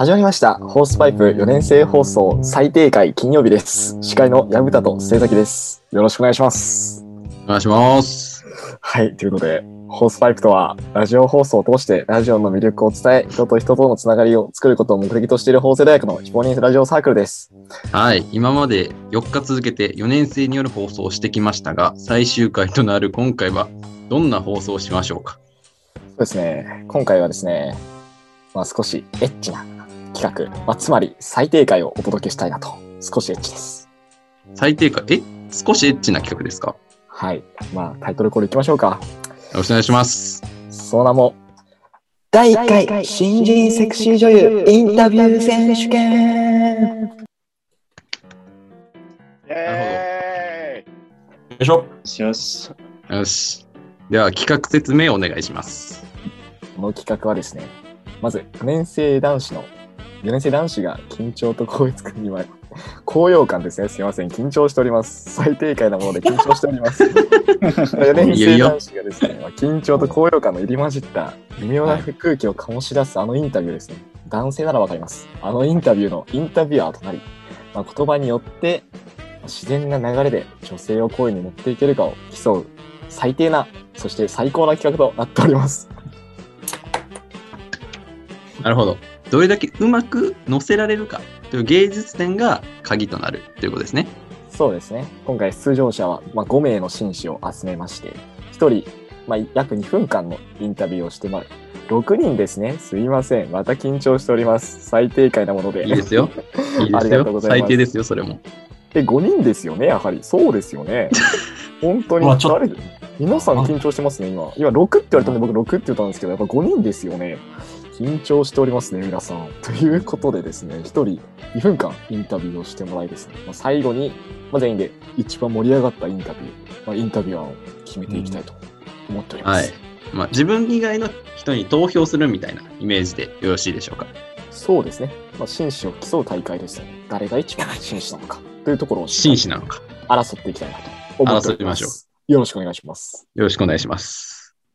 始まりました。ホースパイプ4年生放送最低回金曜日です。司会の薮田と末崎です。よろしくお願いします。 お願いします。 はい、ということで、ホースパイプとはラジオ放送を通してラジオの魅力を伝え、人と人とのつながりを作ることを目的としている法政大学の非公認ラジオサークルです。 はい、今まで4日続けて4年生による放送をしてきましたが、最終回となる今回はどんな放送をしましょうか。 そうですね、今回はですね、少しエッチな企画、つまり最低回をお届けしたいなと。少しエッチです。 最低回、少しエッチな企画ですか？ はい、タイトルコールいきましょうか。 よろしくお願いします。 その名も第1回新人セクシー女優インタビュー選手権。 なるほど。よいしょ。よし。では企画説明をお願いします。 この企画はですね、まず4年生男子が緊張と高揚感ですね。すいません、緊張しております。最低回なもので緊張しております。4年生男子がですね、緊張と高揚感の入り混じった微妙な空気を醸し出すあのインタビューですね。男性ならわかります。あのインタビューのインタビュアーとなり、言葉によって自然な流れで女性を恋に持っていけるかを競う最低な、そして最高な企画となっております。 なるほど。どれだけうまく載せられるかという芸術点が鍵となるということですね。 そうですね。今回出場者は5名の紳士を集めまして、1人、約2分間のインタビューをしてもらう。6人ですね。すいません。また緊張しております。最低回なもので。 いいですよ。いいですよ。最低ですよ、それも。 5人ですよね、やはり。そうですよね。本当に皆さん緊張してますね、今。6って言われたんで僕6って言ったんですけど、やっぱ5人ですよね。緊張しておりますね、皆さん。ということでですね、1人2分間インタビューをしてもらいですね、最後に、全員で一番盛り上がったインタビュー、インタビュアーを決めていきたいと思っております。 はい。自分以外の人に投票するみたいなイメージでよろしいでしょうか。 そうですね。紳士を競う大会ですので、誰が一番紳士なのかというところを紳士なのか争っていきたいなと思っております。 争いましょう。よろしくお願いします。 よろしくお願いします。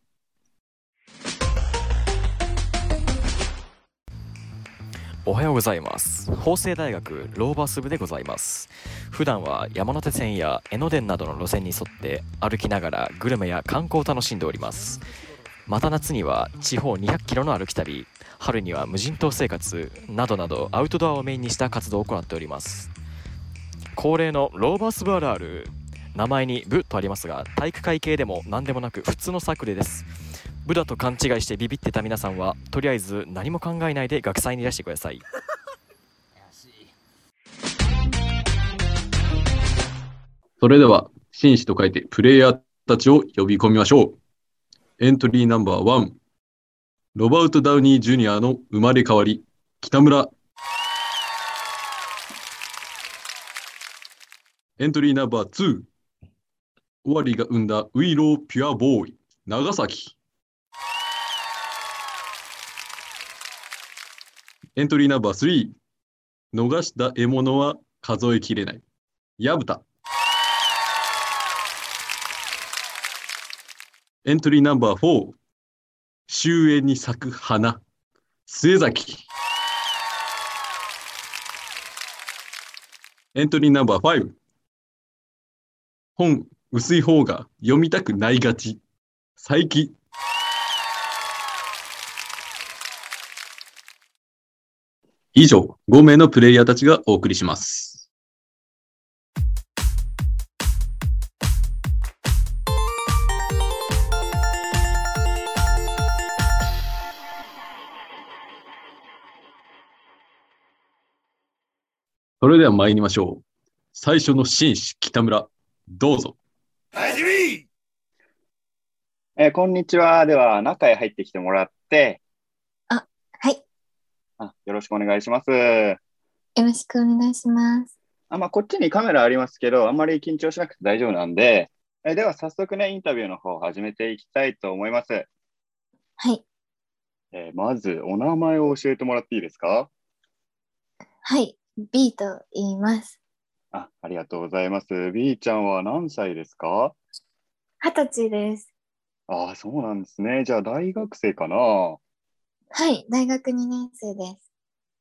おはようございます。法政大学ローバス部でございます。普段は山手線や江ノ電などの路線に沿って歩きながらグルメや観光を楽しんでおります。また夏には地方200キロの歩き旅、春には無人島生活などなどアウトドアをメインにした活動を行っております。恒例のローバス部あるある、名前に部とありますが体育会系でも何でもなく普通のサークルです。部だと勘違いしてビビってた皆さんはとりあえず何も考えないで学祭にいらしてください。 それでは紳士と書いてプレイヤーたちを呼び込みましょう。エントリーナンバー1、ロバート・ダウニー・ジュニアの生まれ変わり、北村。エントリーナンバー2、尾張が生んだウイロー・ピュアボーイ、長崎。エントリーナンバー3、逃した獲物は数えきれない、薮田。エントリーナンバー4、終焉に咲く花、末崎。エントリーナンバー5、本薄い方が読みたくないがち、佐伯。以上、5名のプレイヤーたちがお送りします。それでは参りましょう。最初の紳士、北村、どうぞ。 こんにちは。では、中へ入ってきてもらって、 はい。 よろしくお願いします。 よろしくお願いします。 こっちにカメラありますけど、あんまり緊張しなくて大丈夫なんで、では早速ね、インタビューの方を始めていきたいと思います。 はい。 まず、お名前を教えてもらっていいですか？ はい。B と言います。 ありがとうございます。B ちゃんは何歳ですか ？20歳です。 そうなんですね。じゃあ、大学生かな？ はい。大学2年生です。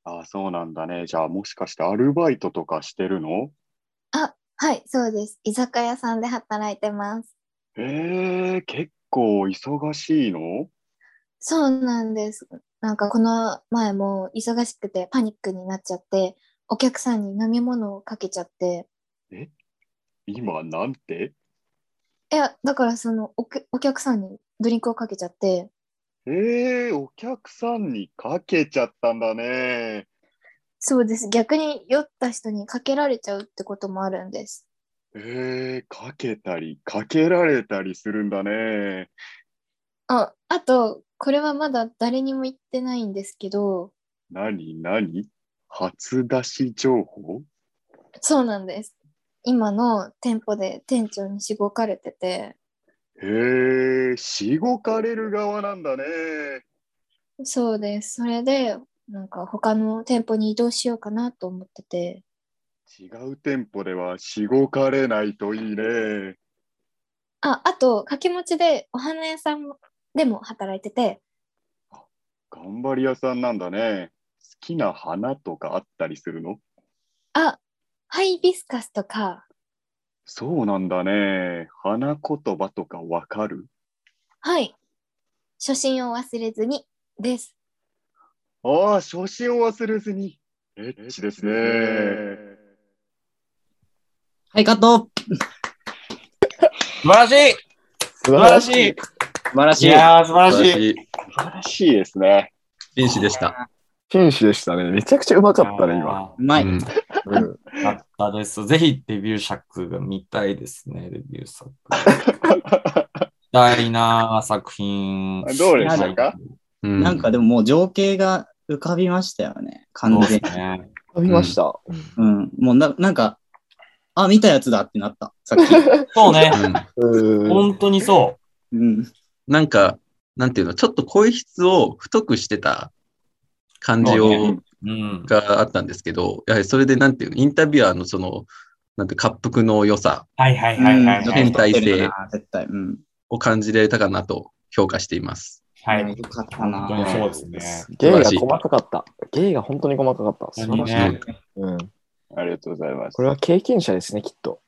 あ、そうなんだね。じゃあ、もしかしてアルバイトとかしてるの？ あ、はい、そうです。居酒屋さんで働いてます。 結構忙しいの？ そうなんです。なんかこの前も忙しくてパニックになっちゃって、お客さんに飲み物をかけちゃって、 え、今なんて？ いや、だからそのお客さんにドリンクをかけちゃって、 お客さんにかけちゃったんだね。 そうです。逆に酔った人にかけられちゃうってこともあるんです。 かけたり、かけられたりするんだね。 あと、これはまだ誰にも言ってないんですけど、 何初出し情報？ そうなんです。今の店舗で店長にしごかれてて、 しごかれる側なんだね。 そうです。それで、なんか他の店舗に移動しようかなと思ってて、 違う店舗ではしごかれないといいね。 あと、掛け持ちでお花屋さんでも働いてて、 頑張り屋さんなんだね。好きな花とかあったりするの？ あ、ハイビスカスとか、 そうなんだね。花言葉とかわかる？ はい、初心を忘れずにです。 ああ、初心を忘れずに。エッチですね。 はい、カット。 素晴らしい。 素素晴らしい。 素晴らしい。 いやー、素晴ら素晴らしい。 しい。 素晴らしいですね。 紳士でした。 紳士でしたね。めちゃくちゃうまかったね、今。 うまい。 うん。 うん。 よかったです。ぜひデビュー作が見たいですね、デビュー作。見たいな作品。 どうでしたか？ うんなんかでももう情景が浮かびましたよね。完そう全に。 ですね。 見ました。 うん。もうなんか、あ、見たやつだってなった。さっき。 そうね。 うん。 本当にそうん。 なんか、なんていうの、ちょっと声質を太くしてた感じそうを、 う。うん。 があったんですけど、やはりそれでなんていうの、インタビュアーのその、なんて滑腹の良さはいはいはいはい、 うん変態性撮ってるな絶対。うん。 を感じられたかなと評価しています。 はいい。 やよかったな。 本当にそうですね。 芸が細かかった。芸が本当に細かかった。素晴らしい。 ねうん。 ありがとうございます。 これは経験者ですね、きっと。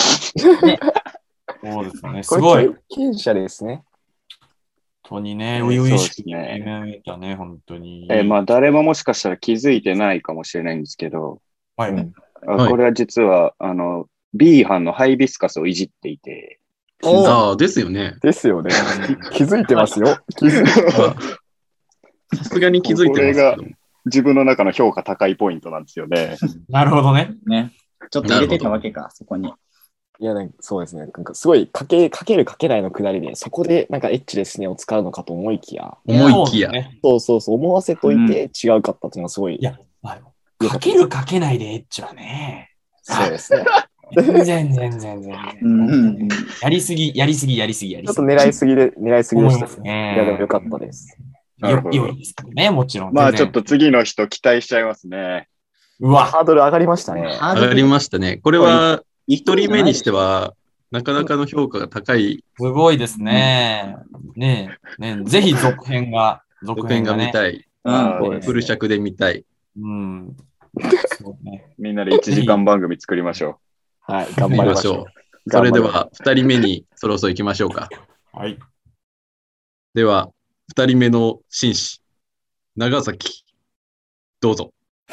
そうですね。すこごい。本れ経験者ですね。 当にね、 ね初々しくそうですね見たね、本当に。 まあ、誰ももしかしたら気づいてないかもしれないんですけど、 はい。 うん。 はいこれは実は、B 班のハイビスカスをいじっていて、 おああ、ですよね。 ですよね。気づいてますよ。気づいてまあさすがに気づいてますけど。 自分の中の評価高いポイントなんですよね。 なるほどね。 ね。ちょっと入れてたわけか、そこに。 いや、なんかそうですね。なんかすごいかけるかけないのくだりで、そこでなんかエッチですねを使うのかと思いきや、 思いきや。 そうですねそうそうそう、思わせといて違うかったっていうのがすごい。 いや、まあかけるかけないでエッチはね。 そうですね。 全然。 うん。 やりすぎ。 ちょっと狙いすぎでした思います。ね。 いや、でもよかったです。 なるほど良いですけどね、もちろん。 まあ、 全然ちょっと次の人期待しちゃいますね。 うわ、 ハードル上がりましたね。 ハードル上がりましたね。これは、 一一人目にしては、なかなかの評価が高いすごいですね。ねえ、ぜひ続編が続編が見い。 たい。 うん。 そうですフル尺で見たい。 うん。そうね。 みんなで1時間番組作りましょはい、頑張見ましょりましょう。 う。それで頑張りましょは、二人目にそろそろ行きましょうか。 はい。 では、二人目の紳士、長崎、どうぞ。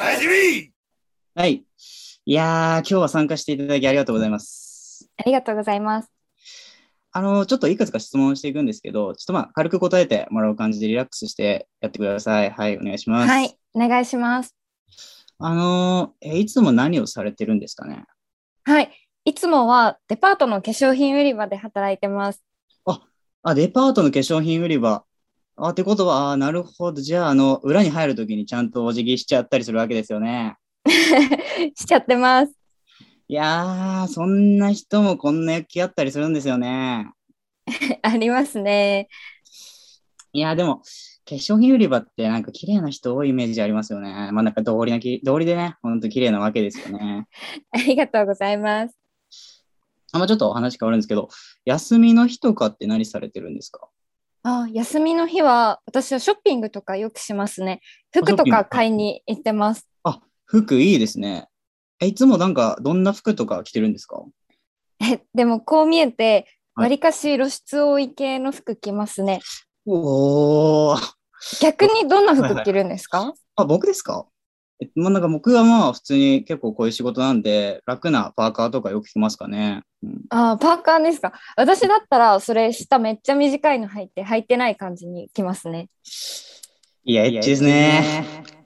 はい。いやー、今日は参加していただきありがとうございます。 ありがとうございます。 ちょっといくつか質問していくんですけど、ちょっとまあ、軽く答えてもらう感じでリラックスしてやってください。はい、お願いします。 はい、お願いします。 いつも何をされてるんですかね？ はい。いつもはデパートの化粧品売り場で働いてます。 デパートの化粧品売り場。ってことは、なるほど。じゃあ、裏に入るときにちゃんとお辞儀しちゃったりするわけですよね。 しちゃってます。 いやー、そんな人もこんな気あったりするんですよね。 ありますね。 いやー、でも、化粧品売り場ってなんか綺麗な人多いイメージありますよね。まあなんか道理でね、ほんと綺麗なわけですよね。 ありがとうございます。 ちょっとお話変わるんですけど、休みの日とかって何されてるんですか？ 休みの日は私はショッピングとかよくしますね。服とか買いに行ってます。 服いいですね。いつもなんかどんな服とか着てるんですか？ でもこう見えて、 はいわりかし露出多い系の服着ますね。 おー。 逆にどんな服着るんですか？ 僕ですか？なんか僕はまあ普通に結構こういう仕事なんで楽なパーカーとかよく着ますかね。 パーカーですか？私だったらそれ下めっちゃ短いの履いてない感じに着ますね。 いや、エッチですね。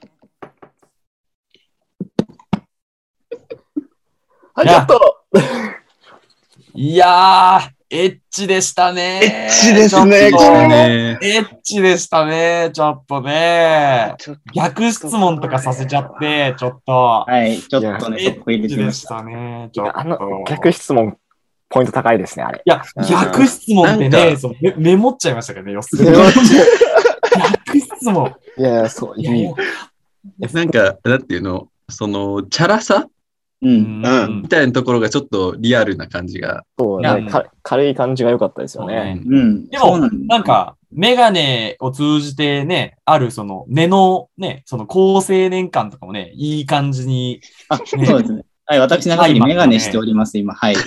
はい、カット。 いやー、エッチでしたね。 エッチですね、 ちょっとこれねエッチでしたね、ちょっとね。逆質問とかさせちゃって、ちょっと。 はい、ちょっとね、 エそこ入ッチでしれてみました。 たね、ちょっと。 逆質問、ポイント高いですね、あれ。 いや、逆質問ってね、 なんかそうメモっちゃいましたけどね、よす逆質問。 いや、そう、 いやいやなんか、なんていうの、その、チャラさうん。 みたいなところがちょっとリアルな感じが。 そういやね、軽い感じが良かったですよね。 うん。 でもそうなん、 なんか、メガネを通じてね、あるその根のね、その高青年感とかもね、いい感じに。 そうですね。はい、私、中にメガネしております、今。はい。い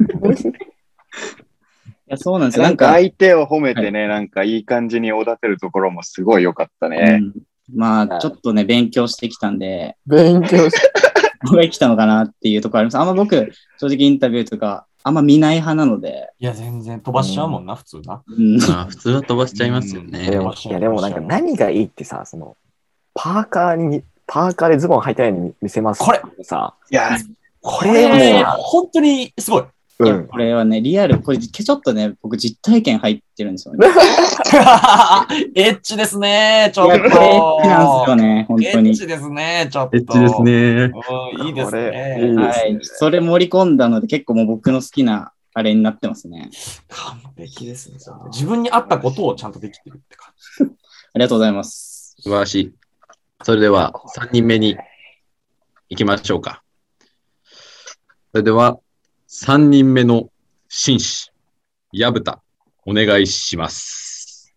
や、そうなんですよ。 なんか相手を褒めてね、なんかいい感じにおだてるところもすごい良かったね。 まあ、ちょっとね、勉強してきたんで、 勉強しここが来たのかなっていうところあります。あんま僕、正直インタビューとか、あんま見ない派なので。 いや、全然飛ばしちゃうもんな、普通な。 まあ、普通は飛ばしちゃいますよね。 でもなんか何がいいってさ、その、パーカーでズボン履いたように見せますこれさ、 いや、 これはね、本当にすごい。 いや、これはね、リアル、これ、ちょっとね、僕、実体験入ってるんですよね。 エッチですね、ちょっと。 いや、これ、エッチなんですよね、本当に。 エッチですね、ちょっと。 エッチですね。 いいですね。 はい。それ盛り込んだので、結構もう僕の好きなあれになってますね。 完璧ですね。自分に合ったことをちゃんとできてるって感じ。 ありがとうございます。 素晴らしい。それでは、3人目に行きましょうか。それでは、3人目の紳士、矢蓋、お願いします。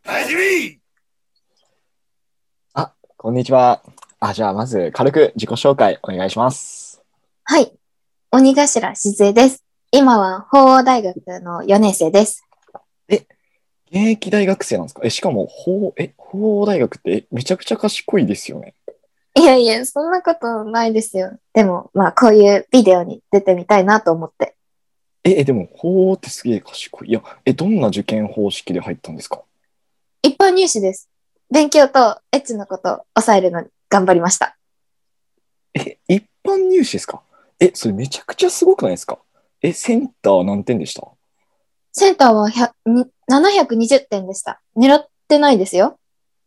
こんにちは。じゃあまず軽く自己紹介お願いします。 はい。鬼頭静江です。今は法王大学の4年生です。 現役大学生なんですか？しかも法王大学ってめちゃくちゃ賢いですよね。 いやいや、そんなことないですよ。でも、まあ、こういうビデオに出てみたいなと思って。 でも法王ってすげえ賢い。いや、どんな受験方式で入ったんですか？ 一般入試です。勉強とエッチのことを抑えるのに頑張りました。 一般入試ですか？それめちゃくちゃすごくないですか？センター何点でした？ センターは720点でした。狙ってないですよ。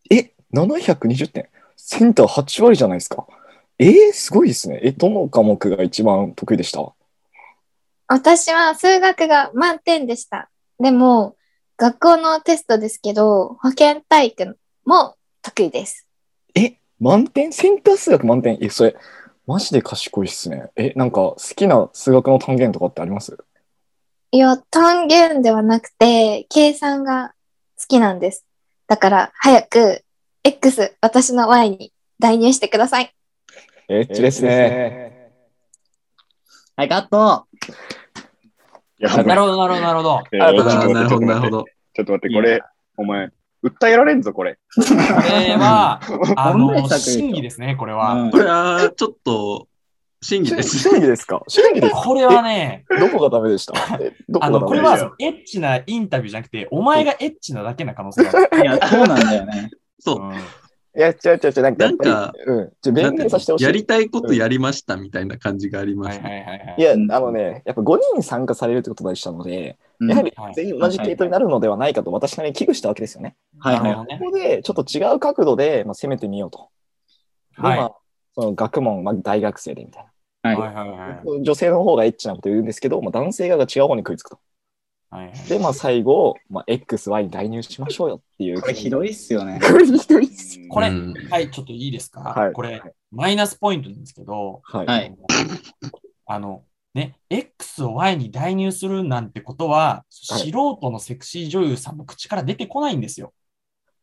720点。センター8割じゃないですか。すごいですね。どの科目が一番得意でした？ 私は数学が満点でした。でも、学校のテストですけど、保健体育も得意です。 満点？センター数学満点？それ、マジで賢いっすね。なんか好きな数学の単元とかってあります？ いや、単元ではなくて、計算が好きなんです。だから、早く X、私の Y に代入してください。 エッチですね。 はい、カット。 なるほど、なるほど、なるほど。 なるほど、なるほど。 ちょっと待って、これ、お前、訴えられんぞ、これ。 これは、 問題作審議ですね、これは。 これは、ちょっと、審議です。 審議ですか？審議ですか？ これはね、 どこがダメでした？どこがダメでした？ これはエッチなインタビューじゃなくて、お前がエッチなだけな可能性がある。 いや、そうなんだよね。 そう。 いや、違う、なんか、 なんか弁明させてほしい。 やりたいことやりましたみたいな感じがあります。 はいはいはいはい。 いや、やっぱ5人参加されるってことでしたので、やはり全員同じ系統になるのではないかと私なりに危惧したわけですよね。 はいはい。 ここでちょっと違う角度で攻めてみようと。で、 はいその学問、大学生でみたいはいはいはいはいな。女性の方がエッチなこと言うんですけど、男性側が違う方に食いつくと。 はいはい。 で、最後、X、Y に代入しましょうよっていう。 これひどいっすよね。 これひどいっす。 これ、 うんはい、ちょっといいですか？ はいこれ、マイナスポイントなんですけど、 はい。 はいね、X を Y に代入するなんてことは、素人のセクシー女優さんの口から出てこないんですよ。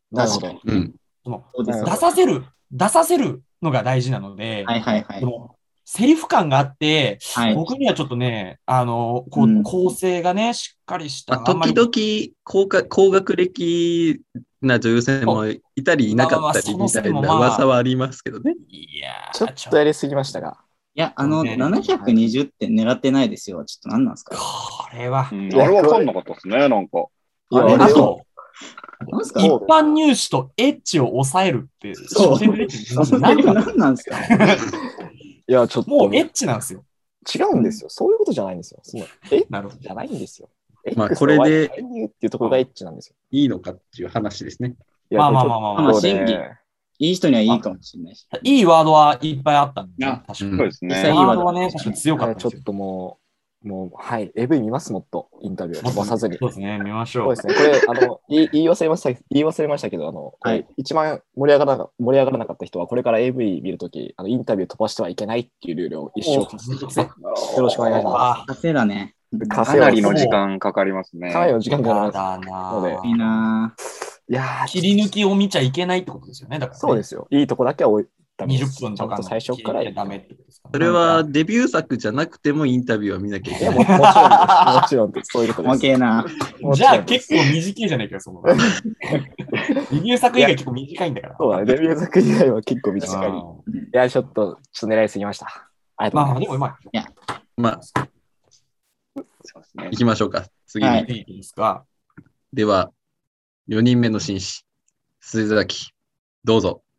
なるほど。 うん。 そのそうですなるほ出させるのが大事なので、 はいはいはいそ。のセリフ感があって、 はい。 僕にはちょっとね、構成がね、しっかりした、 まあ、時々高学歴な女優さんもいたりいなかったりみたいな噂はありますけどね。 いやーちょっとやりすぎましたが。 いや、 ね 720点狙ってないですよ。ちょっと何なんですか？ これはう、ん、あれわかんなかったですね、なんか。 いや、 あれあれをあと、 何ですか？ 一般入試とエッジを抑えるって、 そう初手でそのセリフ何なんですか？ いや、ちょっともうエッジなんですよ。 違うんですよ。そういうことじゃないんですよ。そのエッなるほど。 じゃないんですよ。 まあ X これでと Y の介入っていうところがエッチなんですよ。 いいのかっていう話ですね。 いやまあまあまあまあまあこれちょっとねまあいい人にはいいかもしれないし。 いいワードはいっぱいあったんで、 あ確かに。 うんそうですね実際い。いワードワードはね、確かに強かったですよ。 ちょっともう、はい、AV 見ますもっと、インタビュー飛ばさずに。 そうですね、見ましょう。 そうですね、これ、言い忘れましたけど、これ、一番盛り上がらなかった人は、これから AV 見るとき、インタビュー飛ばしてはいけないっていうルールを一生課していきます。よろしくお願いしま稼だね。 す。 かなりの時間かかりますね。 かなりの時間かかりやます。 だなのでいいないやー切り抜きを見ちゃいけないってことですよね。だから、ね、 そうですよ。いいとこだけは置いためです 20分とかのちゃんと最初から切り抜きはダメってことですか、ね、 それはデビュー作じゃなくてもインタビューは見なきゃいけいや、 ない。 もちろんです。そういうことです。 細けえな。 じゃあ結構短いじゃないかよ、その。デビュー作以外結構短いんだから。 そうだね、デビュー作以外は結構短い。いや、ちょっと狙いすぎました。ありがとうまあ、 ございでもうまい。 まあ、 そうですね行きましょうか。次に。 はいいいですか。 では、4人目の紳士、鈴崎、どうぞ。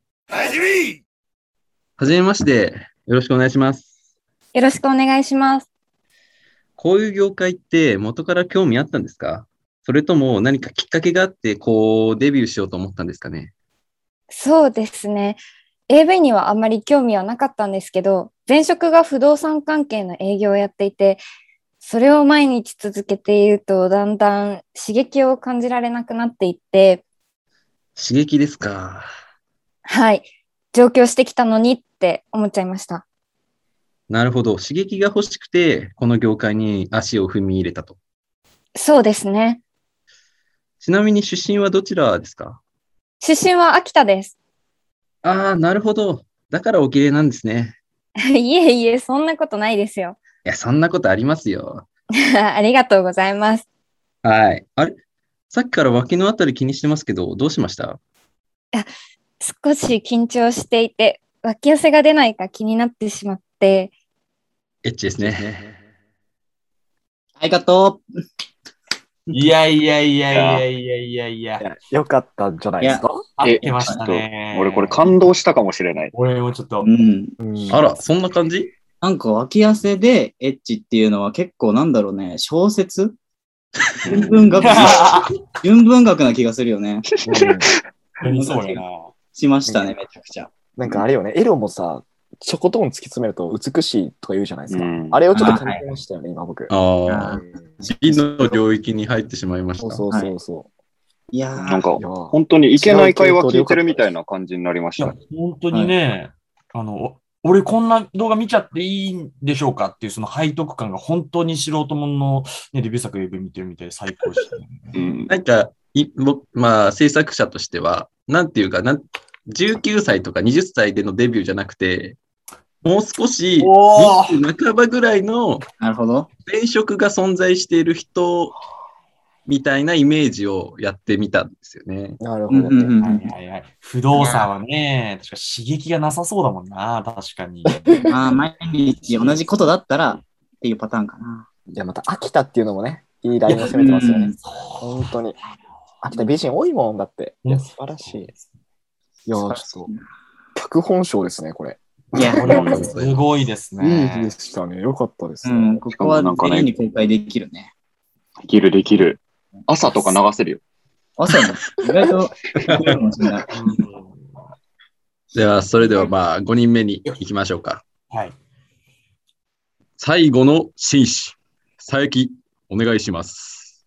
はじめまして。よろしくお願いします。 よろしくお願いします。 こういう業界って元から興味あったんですか？それとも何かきっかけがあって、こう、デビューしようと思ったんですかね？ そうですね。AV にはあんまり興味はなかったんですけど、前職が不動産関係の営業をやっていて、それを毎日続けていると、だんだん刺激を感じられなくなっていって、 刺激ですか。 はい、上京してきたのにって思っちゃいました。 なるほど。刺激が欲しくて、この業界に足を踏み入れたと。 そうですね。 ちなみに出身はどちらですか？ 出身は秋田です。 ああ、なるほど。だからお綺麗なんですね。 いえいえ、そんなことないですよ。 いや、そんなことありますよ。 ありがとうございます。 はい。あれさっきから脇のあたり気にしてますけど、どうしました？ 少し緊張していて、脇汗が出ないか気になってしまって、 エッチですね。 ありがとう。 いやいやいやいやいやいやいや。 いや、よかったんじゃないですか。 合ってましたね。 俺これ感動したかもしれない。 俺もちょっとう。ん。 うんあら、そんな感じ？ なんか脇汗でエッチっていうのは結構なんだろうね、小説純文学純文学な気がするよね。 そうやな。 しましたね、めちゃくちゃ。 なんかあれよね、エロもさ、ちょこっとも突き詰めると美しいとか言うじゃないですか。 うんあれをちょっと感じましたよね、今僕。 ああ、 うん美の領域に入ってしまいました。 そうそうそうそいやー、 なんかう。いやー本当にいけない会話聞いてるみたいな感じになりましいやた。、 本当にね、俺こんな動画見ちゃっていいんでしょうかっていうその背徳感が本当に素人ものの、ね、デビュー作 AV 見てるみたいで最高でしたね。 うんなんか、まあ、制作者としては、なんていうか、19歳とか20歳でのデビューじゃなくて、もう少し、 おー 20半ばぐらいのなるほど。 前職が存在している人みたいなイメージをやってみたんですよね。 なるほどうんうんうね。 んはいはいはい。不動産はね、確か刺激がなさそうだもんな、確かに。 まあ、毎日同じことだったらっていうパターンかな。 いや、また秋田っていうのもね、いいラインを攻めてますよねうん。 本当に。秋田美人多いもんだって。いや、素晴らしい。いや、ちょっと、脚本賞ですね、これ。 いや、 これはすごいですいいねで。したね。よかったですね。 うん、ここはなんかね全員に公開できるね。 できるできる。朝とか流せるよ。 朝も意外とできるかもしれない。 では、それではまあ、5人目に行きましょうか。 はい。 最後の紳士、佐伯、お願いします。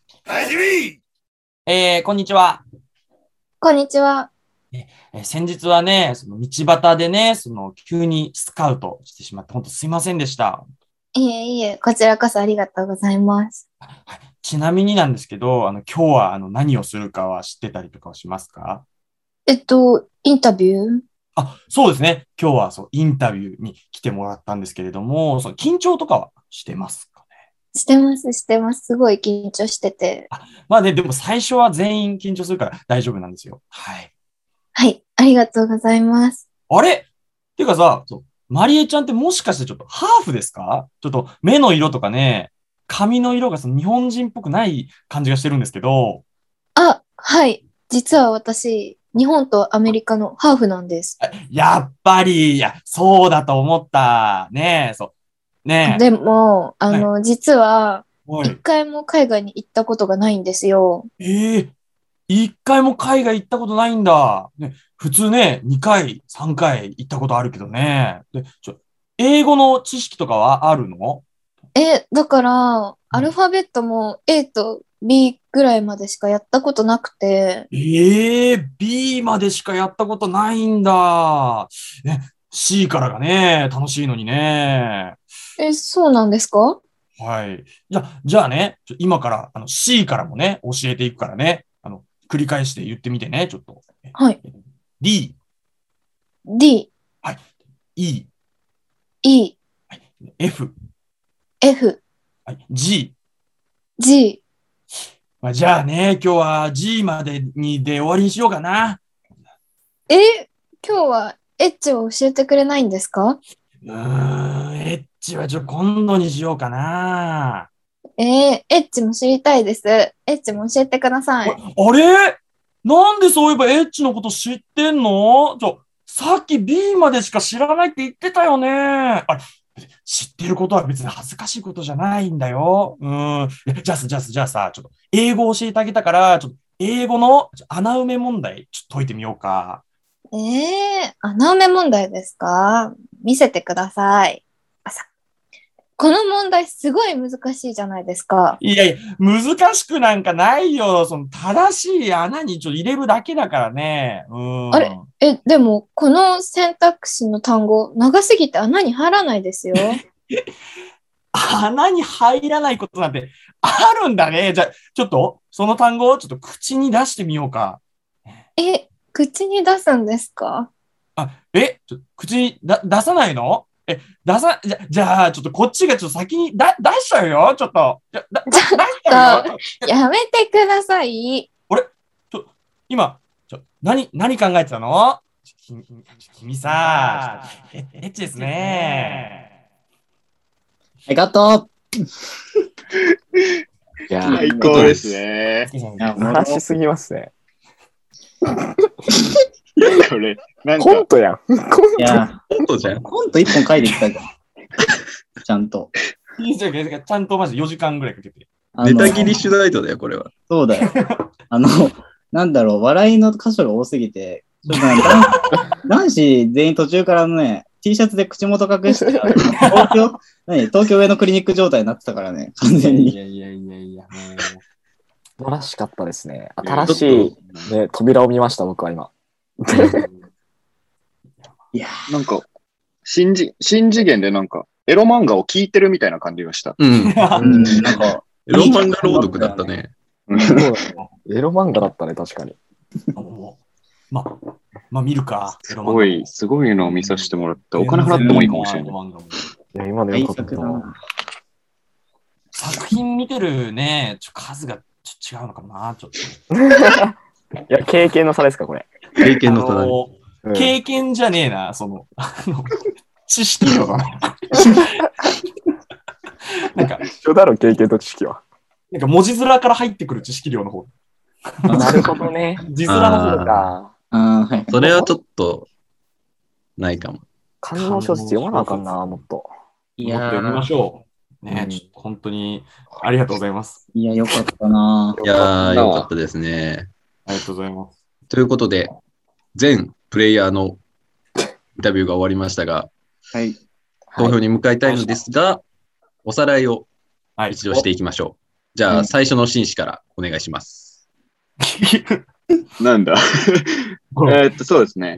こんにちは。 こんにちは。 先日はね、その道端でね、急にスカウトしてしまって、本当すいませんでした。 いえいえ、こちらこそありがとうございます。 ちなみになんですけど、今日は何をするかは知ってたりとかはしますか？ インタビューそうですね。今日はインタビューに来てもらったんですけれども、緊張とかはしてますかね？ してます、してます。すごい緊張してて。 まあね、でも最初は全員緊張するから大丈夫なんですよ。はい。 はい、ありがとうございます。 あれっていうかさ、マリエちゃんってもしかしてちょっとハーフですか？ちょっと目の色とかね、髪の色が日本人っぽくない感じがしてるんですけど。 はい。実は私、日本とアメリカのハーフなんです。 やっぱり、いや、そうだと思った。ねえ、ねえ。 でも、実は、 はい一回も海外に行ったことがないんですよ。 一回も海外行ったことないんだ。ね、普通ね、2回、3回行ったことあるけどね。で、英語の知識とかはあるの？ だから、アルファベットも A と B ぐらいまでしかやったことなくて。 B までしかやったことないんだ。C からがね、楽しいのにね。 そうなんですか？ はい。じゃあね、今からC からもね、教えていくからね。繰り返して言ってみてね、ちょっと。 はい。 D。 D。 はい。E。 E。 はい、F。 F。 はい。G。 G。 じゃあね、今日は G までで終わりにしようかな。 今日はエッチを教えてくれないんですか？ エッチは今度にしようかな。 エッチも知りたいです。エッチも教えてください。 あれなんでそういえばエッチのこと知ってんの？さっき B までしか知らないって言ってたよね。知ってることは別に恥ずかしいことじゃないんだよ。じゃあさ、ちょっと英語教えてあげたから、ちょっと英語の穴埋め問題、ちょっと解いてみようか。 穴埋め問題ですか？見せてください。この問題すごい難しいじゃないですか。 いやいや、難しくなんかないよ。正しい穴に入れるだけだからね。 あれでも、この選択肢の単語、長すぎて穴に入らないですよ。 穴に入らないことなんてあるんだね。じゃあ、ちょっと、その単語をちょっと口に出してみようか。 口に出すんですか？ 口に出さないの？じゃあ、ちょっとこっちがちょっと先に出しちゃうよ。ちょっと。出しちゃうよ。 やめてください。 今、何考えてたの？君さ、エッチですね。 カット。 いや最高ですね。 話しすぎますね。 これ、なんか。 コントやん。 いや、 コントじゃん。 コント1本書いてきたじゃん。ちゃんと。 ちゃんとマジ4時間ぐらいかけて。 ネタ切り取材とだよ、これは。 そうだよ。なんだろう、笑いの箇所が多すぎて、ちょっと男子全員途中からね、T シャツで口元隠して、東京上のクリニック状態になってたからね、完全に。 いや、もう。 素晴らしかったですね。新しい、ね、扉を見ました、僕は今。 いやなんか、新次元でなんか、エロ漫画を聞いてるみたいな感じがした。 なんか、 エロ漫画朗読だったね。 エロ漫画だったね、確かに。 まあ、見るか。 すごいのを見させてもらって、お金払ってもいいかもしれない。 いや、今のよかったな。 作品見てるね、数が違うのかもな、ちょっと。 いや、経験の差ですか、これ。 経験の差だね。 経験じゃねえな、知識量だな。なんか、 一緒だろ、経験と知識は。 なんか文字面から入ってくる知識量の方。 なるほどね。 字面の方か。 それはちょっと、ないかも。 観音小説読まなあかんな、もっと。 いや、 読みましょう。ね、ちょっと本当にありがとうございます。 いや、よかったな。 いやよかったですね。 ありがとうございます。 ということで、全プレイヤーのインタビューが終わりましたが、 はい。 投票に向かいたいのですが、おさらいを一度していきましょう。じゃあ、最初の紳士からお願いします。 なんだそうですね。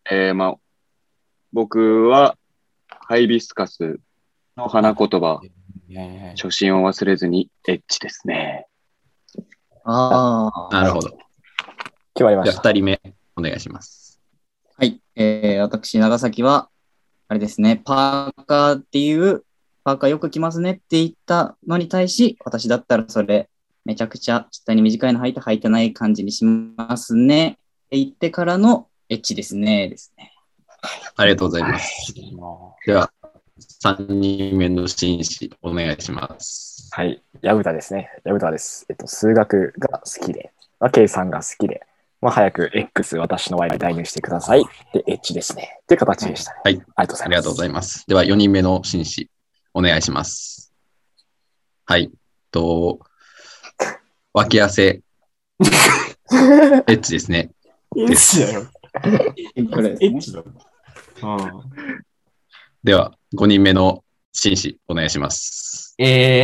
僕は、ハイビスカスの花言葉、初心を忘れずにエッチですね。 なるほど。 決まりました。 じゃあ、2人目。 お願いします。 はい。私、長崎は、あれですね、パーカーっていう、パーカーよく着ますねって言ったのに対し、私だったらそれ、めちゃくちゃ下に短いの履いてない感じにしますねって言ってからのエッチですね。 ありがとうございます。では、3人目の紳士、お願いします。 はい。矢蓋ですね。矢蓋です。数学が好きで、計算が好きで、早く X 私の Y に代入してください。で、エッチですね。っていう形でしたね。 はい。ありがとうございます。では、4人目の紳士、お願いします。はい。脇汗。エッチですね。 エッチだよ。エッチだよ。 では、5人目の紳士、お願いします。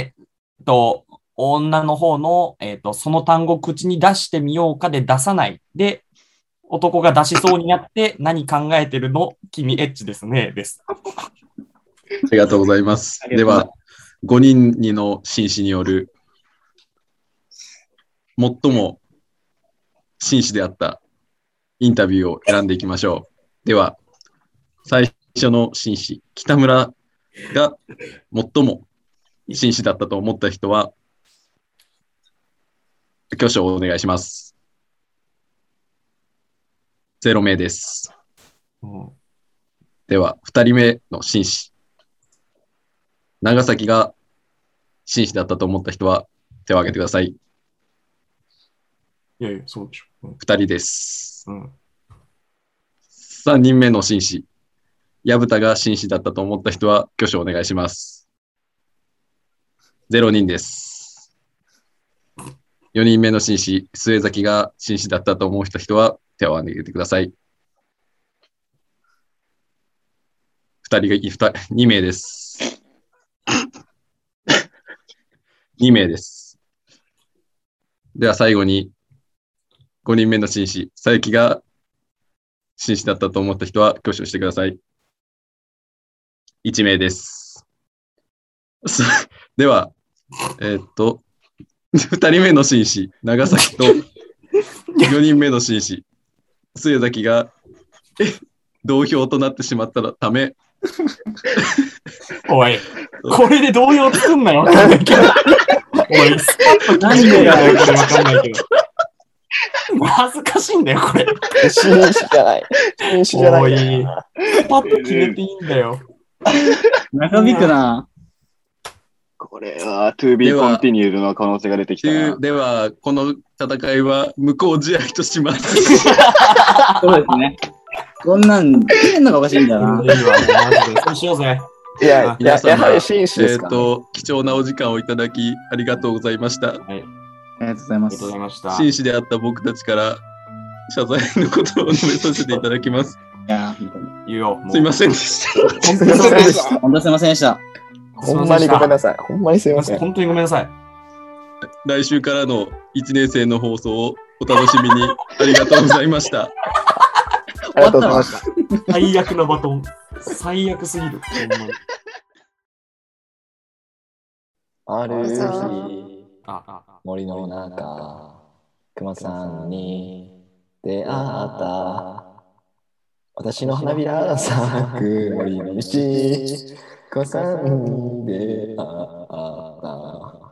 女の方の、その単語口に出してみようかで出さない。で、男が出しそうになって何考えてるの君エッチですね。です。 ありがとうございます。では、5人の紳士による最も紳士であったインタビューを選んでいきましょう。では、最初の紳士、北村が最も紳士だったと思った人は、挙手をお願いします。0名です。では、2人目の紳士。長崎が紳士だったと思った人は手を挙げてください。 いやいや、そうでしょ。 2人です。3人目の紳士。矢蓋が紳士だったと思った人は挙手をお願いします。0人です。4人目の紳士。末崎が紳士だったと思う人は手を挙げてください。2名です。2名です。では最後に5人目の紳士、佐伯が紳士だったと思った人は挙手をしてください。1名です。では、2人目の紳士、長崎と4人目の紳士、末崎が同票となってしまったため、 おい、これで動揺作んなよ。おい、スパッと何でやるこれわかんないけど。恥ずかしいんだよ、これ。 紳士じゃない。紳士じゃない。 おい、スパッと決めていいんだよ。 長引くな。 これは to be continued の可能性が出てきたな。 では、この戦いは無効試合とします。 そうですね。こんなん、変なのがおかしいんだよな。 いいわ、マジで。そうしようぜ。 いや、やはり紳士ですか、 貴重なお時間をいただきありがとうございました。 はい。 ありがとうございます。 紳士であった僕たちから謝罪のことを述べさせていただきます。 いや、本当に。 言うよ。 すいませんでした。 本当にすいませんでした。本当にすいませんでした。 ほんまにごめんなさい。ほんまにすいません。 本当にごめんなさい。 来週からの1年生の放送をお楽しみにありがとうございました。 ありがとうございました。 最悪のバトン。最悪すぎる。 ある日、森の中、熊さんに出会った。私の花びら咲く森の道、熊さんに出会った。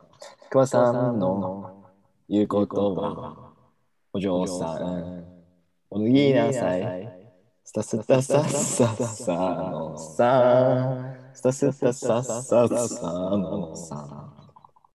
熊さんの言うことを、お嬢さん、お脱ぎなさい。スタスタサッサッサのさ、スタスタサッサッサのさ。